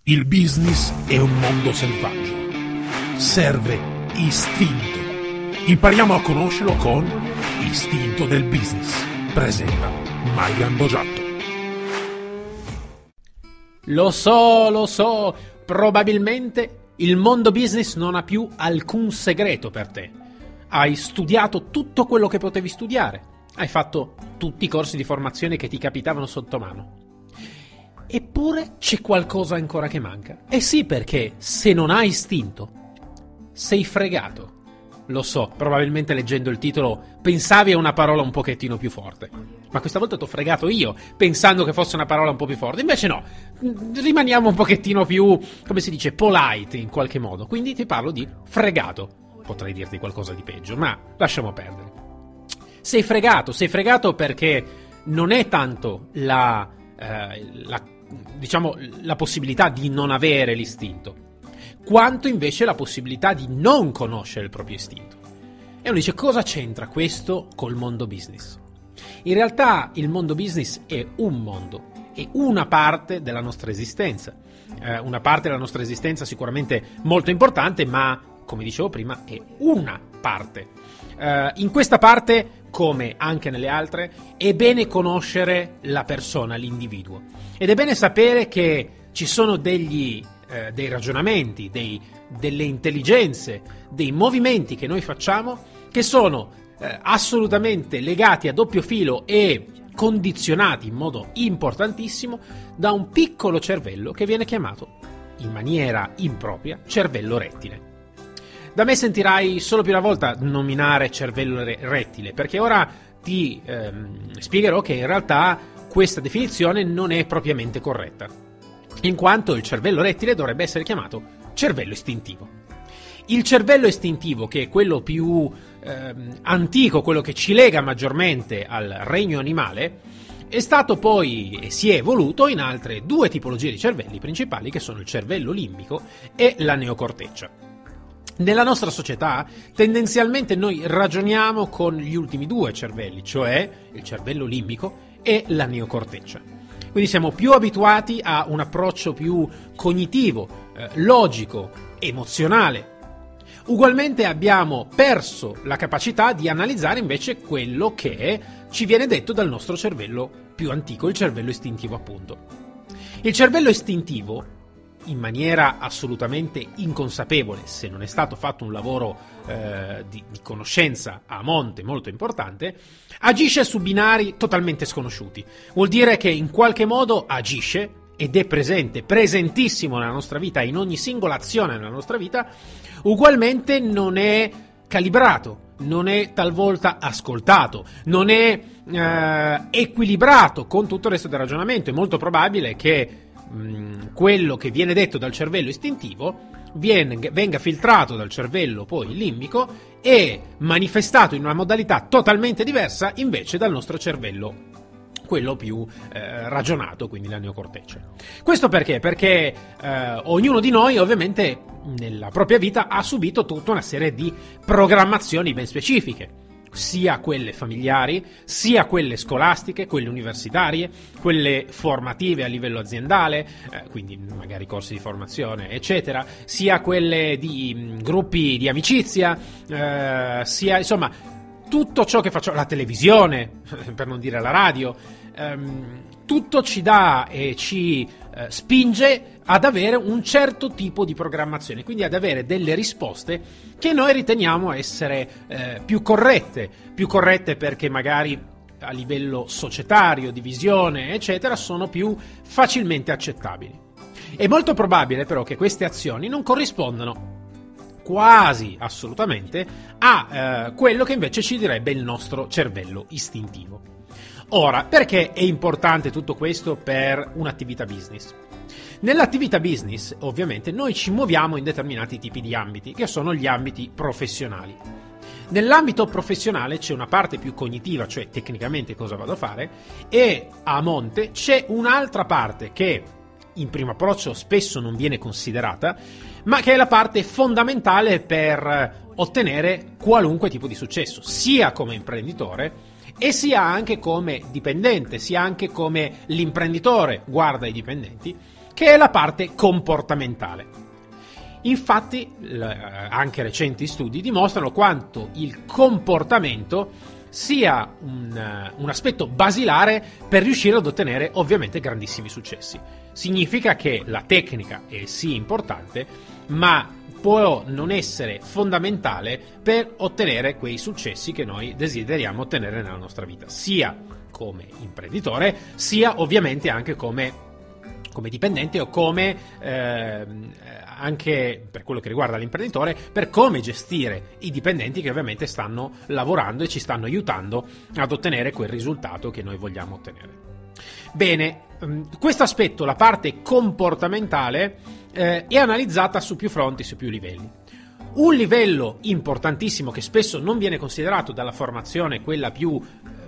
Il business è un mondo selvaggio. Serve istinto. Impariamo a conoscerlo con Istinto del Business. Presenta Maigan Bogiatto. Lo so, probabilmente il mondo business non ha più alcun segreto per te. Hai studiato tutto quello che potevi studiare. Hai fatto tutti i corsi di formazione che ti capitavano sotto mano. Eppure c'è qualcosa ancora che manca. E sì, perché se non hai istinto, sei fregato. Lo so, probabilmente leggendo il titolo pensavi a una parola un pochettino più forte. Ma questa volta t'ho fregato io, pensando che fosse una parola un po' più forte. Invece no, rimaniamo un pochettino più, come si dice, polite in qualche modo. Quindi ti parlo di fregato. Potrei dirti qualcosa di peggio, ma lasciamo perdere. Sei fregato perché non è tanto la possibilità di non avere l'istinto, quanto invece la possibilità di non conoscere il proprio istinto. E uno dice: cosa c'entra questo col mondo business? In realtà il mondo business è un mondo, è una parte della nostra esistenza, una parte della nostra esistenza sicuramente molto importante, ma come dicevo prima è una parte. In questa parte, come anche nelle altre, è bene conoscere la persona, l'individuo, ed è bene sapere che ci sono dei ragionamenti, delle intelligenze, dei movimenti che noi facciamo che sono assolutamente legati a doppio filo e condizionati in modo importantissimo da un piccolo cervello che viene chiamato in maniera impropria cervello rettile. Da me sentirai solo più una volta nominare cervello rettile, perché ora ti spiegherò che in realtà questa definizione non è propriamente corretta, in quanto il cervello rettile dovrebbe essere chiamato cervello istintivo. Il cervello istintivo, che è quello più antico, quello che ci lega maggiormente al regno animale, è stato poi e si è evoluto in altre due tipologie di cervelli principali, che sono il cervello limbico e la neocorteccia. Nella nostra società tendenzialmente noi ragioniamo con gli ultimi due cervelli, cioè il cervello limbico e la neocorteccia. Quindi siamo più abituati a un approccio più cognitivo, logico, emozionale. Ugualmente abbiamo perso la capacità di analizzare invece quello che ci viene detto dal nostro cervello più antico, il cervello istintivo appunto. Il cervello istintivo, in maniera assolutamente inconsapevole, se non è stato fatto un lavoro di conoscenza a monte molto importante, agisce su binari totalmente sconosciuti. Vuol dire che in qualche modo agisce ed è presentissimo nella nostra vita, in ogni singola azione nella nostra vita. Ugualmente non è calibrato, non è talvolta ascoltato, non è equilibrato con tutto il resto del ragionamento. È molto probabile che quello che viene detto dal cervello istintivo venga filtrato dal cervello poi limbico e manifestato in una modalità totalmente diversa invece dal nostro cervello, quello più ragionato, quindi la neocorteccia. Questo perché? Perché ognuno di noi ovviamente nella propria vita ha subito tutta una serie di programmazioni ben specifiche, sia quelle familiari, sia quelle scolastiche, quelle universitarie, quelle formative a livello aziendale, quindi magari corsi di formazione, eccetera, sia quelle di gruppi di amicizia, sia insomma tutto ciò che facciamo, la televisione, per non dire la radio, tutto ci dà e ci spinge ad avere un certo tipo di programmazione, quindi ad avere delle risposte che noi riteniamo essere più corrette perché magari a livello societario, di visione, eccetera, sono più facilmente accettabili. È molto probabile però che queste azioni non corrispondano quasi assolutamente a quello che invece ci direbbe il nostro cervello istintivo. Ora, perché è importante tutto questo per un'attività business? Nell'attività business, ovviamente, noi ci muoviamo in determinati tipi di ambiti, che sono gli ambiti professionali. Nell'ambito professionale c'è una parte più cognitiva, cioè tecnicamente cosa vado a fare, e a monte c'è un'altra parte che in primo approccio spesso non viene considerata, ma che è la parte fondamentale per ottenere qualunque tipo di successo, sia come imprenditore e sia anche come dipendente, sia anche come l'imprenditore guarda i dipendenti, che è la parte comportamentale. Infatti, anche recenti studi dimostrano quanto il comportamento sia un aspetto basilare per riuscire ad ottenere ovviamente grandissimi successi. Significa che la tecnica è sì importante, ma può non essere fondamentale per ottenere quei successi che noi desideriamo ottenere nella nostra vita, sia come imprenditore, sia ovviamente anche come dipendente o come anche per quello che riguarda l'imprenditore, per come gestire i dipendenti che ovviamente stanno lavorando e ci stanno aiutando ad ottenere quel risultato che noi vogliamo ottenere. Bene, questo aspetto, la parte comportamentale, è analizzata su più fronti, su più livelli. Un livello importantissimo che spesso non viene considerato dalla formazione, quella più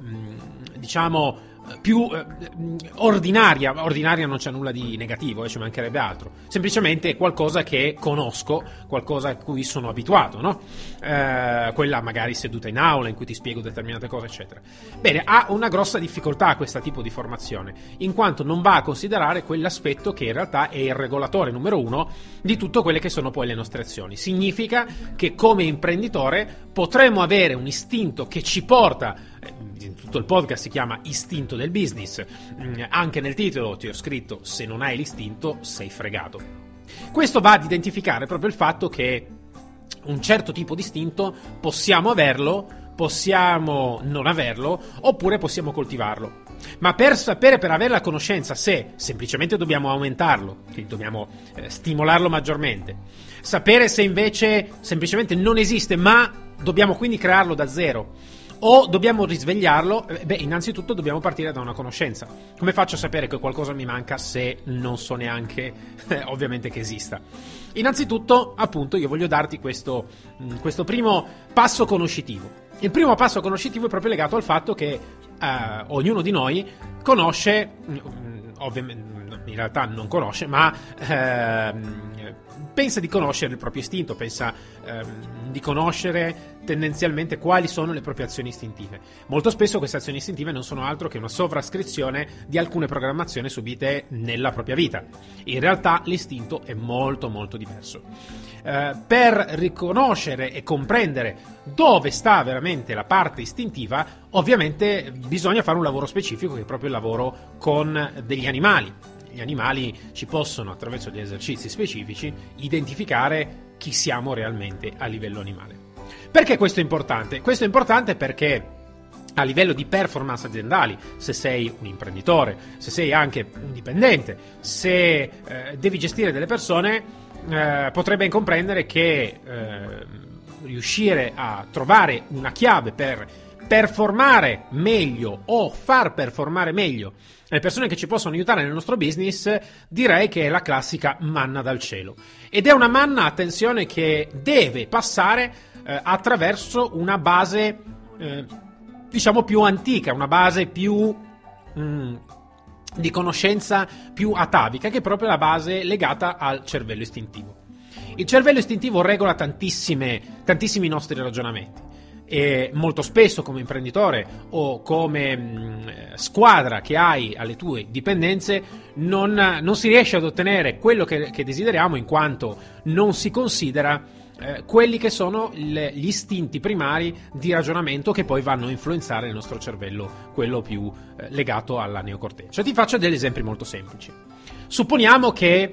più ordinaria non c'è nulla di negativo, ci mancherebbe altro, semplicemente è qualcosa che conosco, qualcosa a cui sono abituato, no? Quella magari seduta in aula in cui ti spiego determinate cose eccetera. Bene, ha una grossa difficoltà questo tipo di formazione, in quanto non va a considerare quell'aspetto che in realtà è il regolatore numero uno di tutto quelle che sono poi le nostre azioni. Significa che come imprenditore potremmo avere un istinto che ci porta, in tutto il podcast si chiama Istinto del Business, anche nel titolo ti ho scritto: se non hai l'istinto sei fregato. Questo va ad identificare proprio il fatto che un certo tipo di istinto possiamo averlo, possiamo non averlo, oppure possiamo coltivarlo. Ma per avere la conoscenza se semplicemente dobbiamo aumentarlo, quindi dobbiamo stimolarlo maggiormente, sapere se invece semplicemente non esiste ma dobbiamo quindi crearlo da zero, o dobbiamo risvegliarlo, innanzitutto dobbiamo partire da una conoscenza. Come faccio a sapere che qualcosa mi manca se non so neanche ovviamente che esista? Innanzitutto, appunto, io voglio darti questo primo passo conoscitivo. Il primo passo conoscitivo è proprio legato al fatto che ognuno di noi conosce, ovviamente in realtà non conosce, ma pensa di conoscere il proprio istinto, pensa di conoscere tendenzialmente quali sono le proprie azioni istintive. Molto spesso queste azioni istintive non sono altro che una sovrascrizione di alcune programmazioni subite nella propria vita. In realtà l'istinto è molto molto diverso. Per riconoscere e comprendere dove sta veramente la parte istintiva, ovviamente bisogna fare un lavoro specifico, che è proprio il lavoro con degli animali. Gli animali ci possono, attraverso degli esercizi specifici, identificare chi siamo realmente a livello animale. Perché questo è importante? Questo è importante perché a livello di performance aziendali, se sei un imprenditore, se sei anche un dipendente, se devi gestire delle persone, potrai ben comprendere che riuscire a trovare una chiave per performare meglio o far performare meglio le persone che ci possono aiutare nel nostro business, direi che è la classica manna dal cielo. Ed è una manna, attenzione, che deve passare attraverso una base diciamo più antica, una base più di conoscenza più atavica, che è proprio la base legata al cervello istintivo. Il cervello istintivo regola tantissimi nostri ragionamenti. E molto spesso come imprenditore o come squadra che hai alle tue dipendenze non si riesce ad ottenere quello che desideriamo, in quanto non si considera quelli che sono gli istinti primari di ragionamento che poi vanno a influenzare il nostro cervello, quello più legato alla neocorteccia. Ti faccio degli esempi molto semplici. Supponiamo che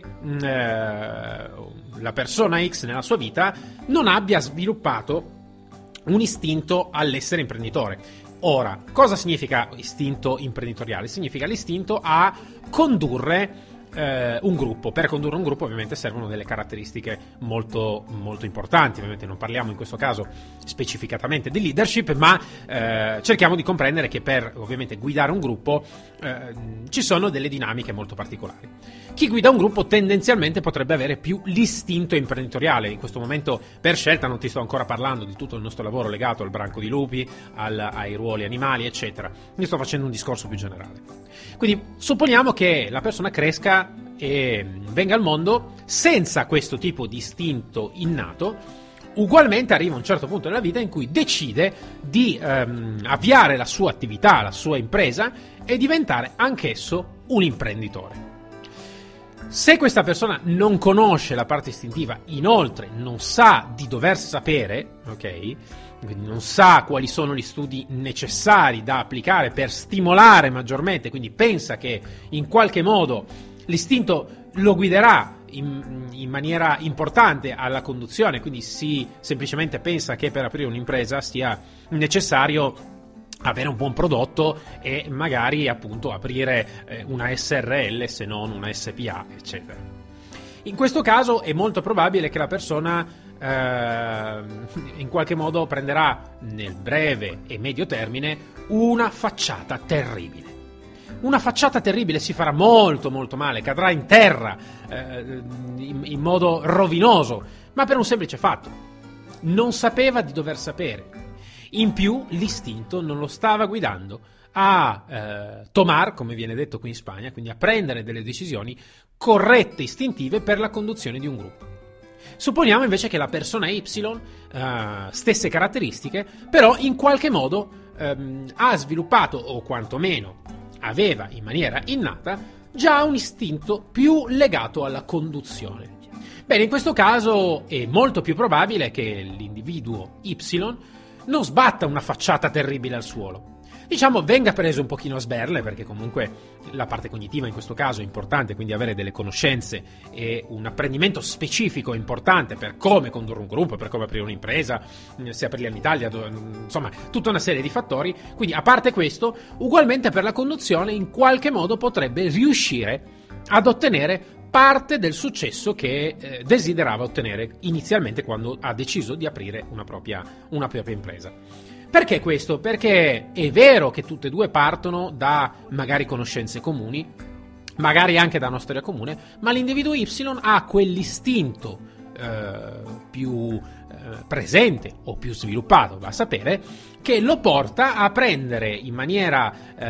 la persona X nella sua vita non abbia sviluppato un istinto all'essere imprenditore. Ora, cosa significa istinto imprenditoriale? Significa l'istinto a condurre un gruppo. Per condurre un gruppo ovviamente servono delle caratteristiche molto, molto importanti. Ovviamente non parliamo in questo caso specificatamente di leadership, ma cerchiamo di comprendere che per ovviamente guidare un gruppo ci sono delle dinamiche molto particolari. Chi guida un gruppo tendenzialmente potrebbe avere più l'istinto imprenditoriale. In questo momento per scelta non ti sto ancora parlando di tutto il nostro lavoro legato al branco di lupi, ai ruoli animali eccetera. Mi sto facendo un discorso più generale. Quindi supponiamo che la persona cresca e venga al mondo senza questo tipo di istinto innato. Ugualmente arriva a un certo punto della vita in cui decide di avviare la sua attività, la sua impresa, e diventare anch'esso un imprenditore. Se questa persona non conosce la parte istintiva, inoltre non sa di dover sapere, ok? Quindi non sa quali sono gli studi necessari da applicare per stimolare maggiormente, quindi pensa che in qualche modo l'istinto lo guiderà in maniera importante alla conduzione, quindi semplicemente pensa che per aprire un'impresa sia necessario avere un buon prodotto e magari appunto aprire una SRL se non una SPA, eccetera. In questo caso è molto probabile che la persona in qualche modo prenderà nel breve e medio termine una facciata terribile. Una facciata terribile, si farà molto molto male, cadrà in terra in modo rovinoso, ma per un semplice fatto: non sapeva di dover sapere. In più l'istinto non lo stava guidando a tomar, come viene detto qui in Spagna, quindi a prendere delle decisioni corrette, istintive per la conduzione di un gruppo. Supponiamo invece che la persona Y, stesse caratteristiche, però in qualche modo ha sviluppato, o quantomeno aveva in maniera innata, già un istinto più legato alla conduzione. Bene, in questo caso è molto più probabile che l'individuo Y non sbatta una facciata terribile al suolo. Diciamo, venga preso un pochino a sberle, perché comunque la parte cognitiva in questo caso è importante, quindi avere delle conoscenze e un apprendimento specifico è importante per come condurre un gruppo, per come aprire un'impresa, se aprirla in Italia, insomma, tutta una serie di fattori. Quindi, a parte questo, ugualmente per la conduzione, in qualche modo potrebbe riuscire ad ottenere parte del successo che desiderava ottenere inizialmente quando ha deciso di aprire una propria impresa. Perché questo? Perché è vero che tutte e due partono da magari conoscenze comuni, magari anche da una storia comune, ma l'individuo Y ha quell'istinto più presente o più sviluppato, va a sapere, che lo porta a prendere in maniera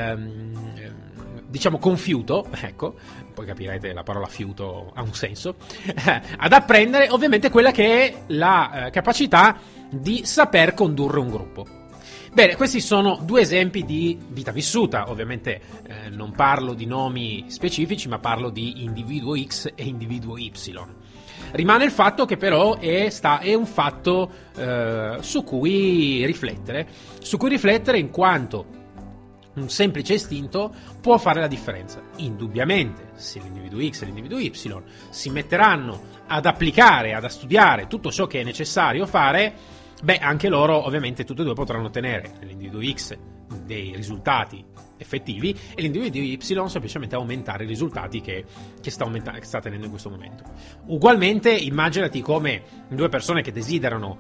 diciamo con fiuto, ecco, poi capirete la parola fiuto ha un senso, ad apprendere ovviamente quella che è la capacità di saper condurre un gruppo. Bene, questi sono due esempi di vita vissuta, ovviamente non parlo di nomi specifici, ma parlo di individuo X e individuo Y. Rimane il fatto che però è un fatto su cui riflettere in quanto un semplice istinto può fare la differenza. Indubbiamente, se l'individuo X e l'individuo Y si metteranno ad applicare, ad studiare tutto ciò che è necessario fare, beh, anche loro ovviamente tutti e due potranno ottenere nell'individuo X dei risultati effettivi e l'individuo Y semplicemente aumentare i risultati che sta tenendo in questo momento. Ugualmente immaginati come due persone che desiderano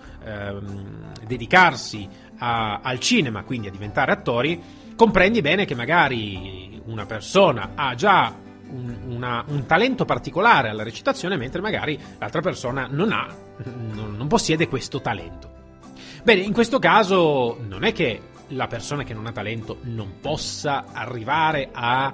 dedicarsi al cinema, quindi a diventare attori. Comprendi bene che magari una persona ha già un talento particolare alla recitazione, mentre magari l'altra persona non possiede questo talento. Bene, in questo caso non è che la persona che non ha talento non possa arrivare a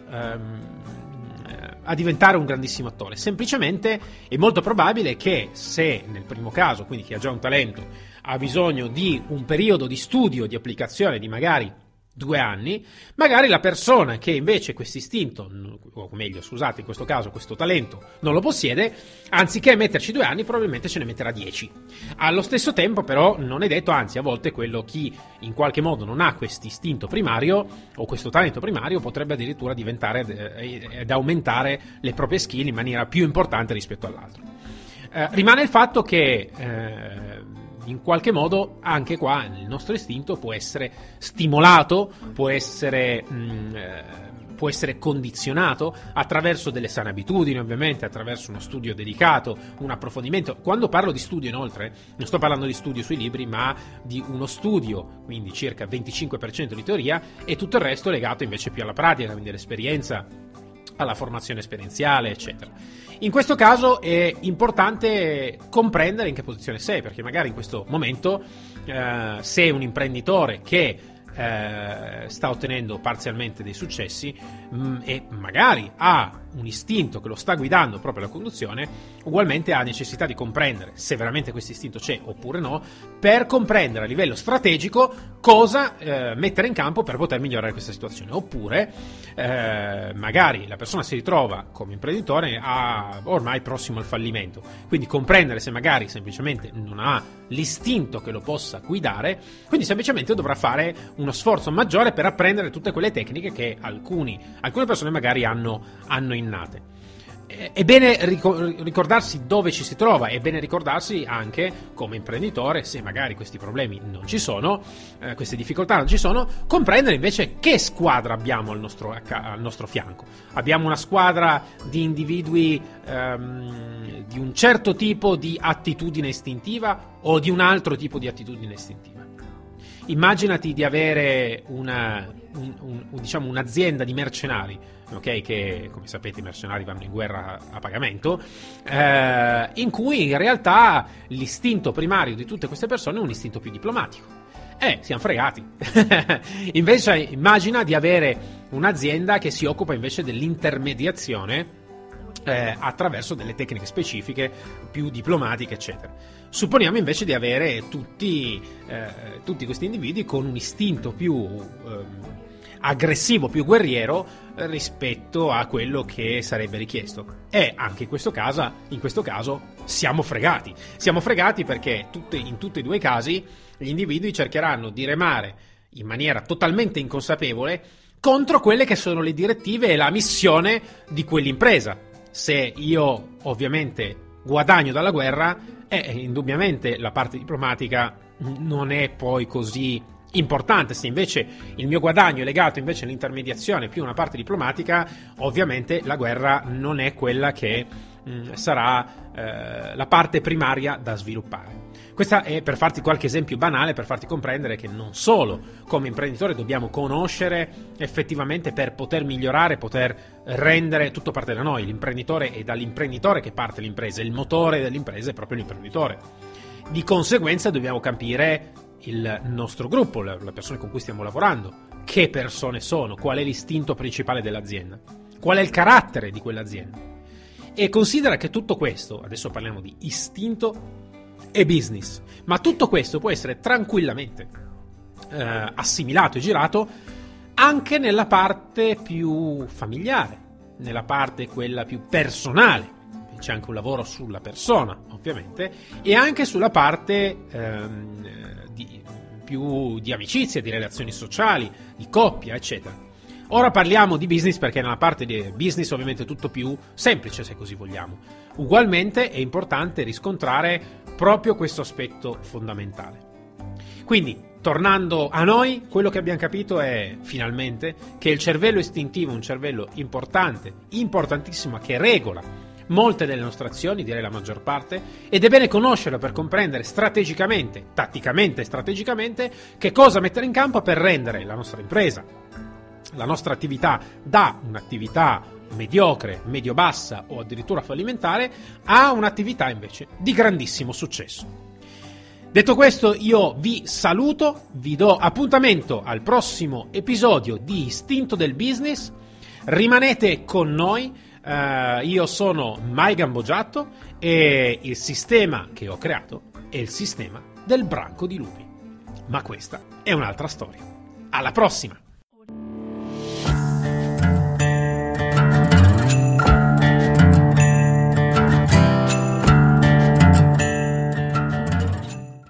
diventare un grandissimo attore, semplicemente è molto probabile che se nel primo caso, quindi chi ha già un talento, ha bisogno di un periodo di studio, di applicazione di magari 2 anni, magari la persona che invece questo istinto, o meglio, scusate, in questo caso questo talento non lo possiede, anziché metterci 2 anni probabilmente ce ne metterà 10. Allo stesso tempo però non è detto, anzi a volte chi in qualche modo non ha questo istinto primario o questo talento primario potrebbe addirittura diventare ed aumentare le proprie skill in maniera più importante rispetto all'altro. Rimane il fatto che in qualche modo anche qua il nostro istinto può essere stimolato, può essere condizionato attraverso delle sane abitudini, ovviamente attraverso uno studio dedicato, un approfondimento. Quando parlo di studio, inoltre, non sto parlando di studio sui libri, ma di uno studio, quindi circa 25% di teoria e tutto il resto legato invece più alla pratica, quindi all'esperienza, alla formazione esperienziale, eccetera. In questo caso è importante comprendere in che posizione sei, perché magari in questo momento sei un imprenditore che sta ottenendo parzialmente dei successi e magari ha un istinto che lo sta guidando proprio alla conduzione, ugualmente ha necessità di comprendere se veramente questo istinto c'è oppure no, per comprendere a livello strategico cosa mettere in campo per poter migliorare questa situazione. Oppure magari la persona si ritrova come imprenditore ormai prossimo al fallimento, quindi comprendere se magari semplicemente non ha l'istinto che lo possa guidare, quindi semplicemente dovrà fare uno sforzo maggiore per apprendere tutte quelle tecniche che alcune persone magari hanno innate. È bene ricordarsi dove ci si trova, è bene ricordarsi anche come imprenditore, se magari questi problemi non ci sono, queste difficoltà non ci sono, comprendere invece che squadra abbiamo al nostro fianco. Abbiamo una squadra di individui di un certo tipo di attitudine istintiva o di un altro tipo di attitudine istintiva. Immaginati di avere un'azienda di mercenari, ok? Che, come sapete, i mercenari vanno in guerra a pagamento, in cui in realtà l'istinto primario di tutte queste persone è un istinto più diplomatico. Siamo fregati. Invece immagina di avere un'azienda che si occupa invece dell'intermediazione attraverso delle tecniche specifiche più diplomatiche, eccetera. Supponiamo invece di avere tutti questi individui con un istinto più aggressivo, più guerriero rispetto a quello che sarebbe richiesto. E anche in questo caso siamo fregati. Siamo fregati perché in tutti e due i casi gli individui cercheranno di remare in maniera totalmente inconsapevole contro quelle che sono le direttive e la missione di quell'impresa. Se io ovviamente guadagno dalla guerra, indubbiamente la parte diplomatica non è poi così importante. Se invece il mio guadagno è legato invece all'intermediazione più una parte diplomatica, ovviamente la guerra non è quella che sarà la parte primaria da sviluppare. Questa è per farti qualche esempio banale, per farti comprendere che non solo come imprenditore dobbiamo conoscere effettivamente per poter migliorare, poter rendere tutto parte da noi. L'imprenditore è dall'imprenditore che parte l'impresa, il motore dell'impresa è proprio l'imprenditore. Di conseguenza dobbiamo capire il nostro gruppo, le persone con cui stiamo lavorando, che persone sono, qual è l'istinto principale dell'azienda, qual è il carattere di quell'azienda. E considera che tutto questo, adesso parliamo di istinto e business, ma tutto questo può essere tranquillamente assimilato e girato anche nella parte più familiare, nella parte quella più personale. C'è anche un lavoro sulla persona, ovviamente, e anche sulla parte più di amicizia, di relazioni sociali, di coppia, eccetera. Ora parliamo di business perché nella parte di business ovviamente è tutto più semplice, se così vogliamo. Ugualmente è importante riscontrare proprio questo aspetto fondamentale. Quindi, tornando a noi, quello che abbiamo capito è finalmente che il cervello istintivo è un cervello importante, importantissimo, che regola molte delle nostre azioni, direi la maggior parte, ed è bene conoscerlo per comprendere strategicamente, tatticamente e strategicamente che cosa mettere in campo per rendere la nostra impresa, la nostra attività da un'attività mediocre, medio-bassa o addirittura fallimentare a un'attività invece di grandissimo successo. Detto questo, io vi saluto, vi do appuntamento al prossimo episodio di Istinto del Business. Rimanete con noi, io sono Mai Gamboggiato e il sistema che ho creato è il sistema del branco di lupi. Ma questa è un'altra storia. Alla prossima!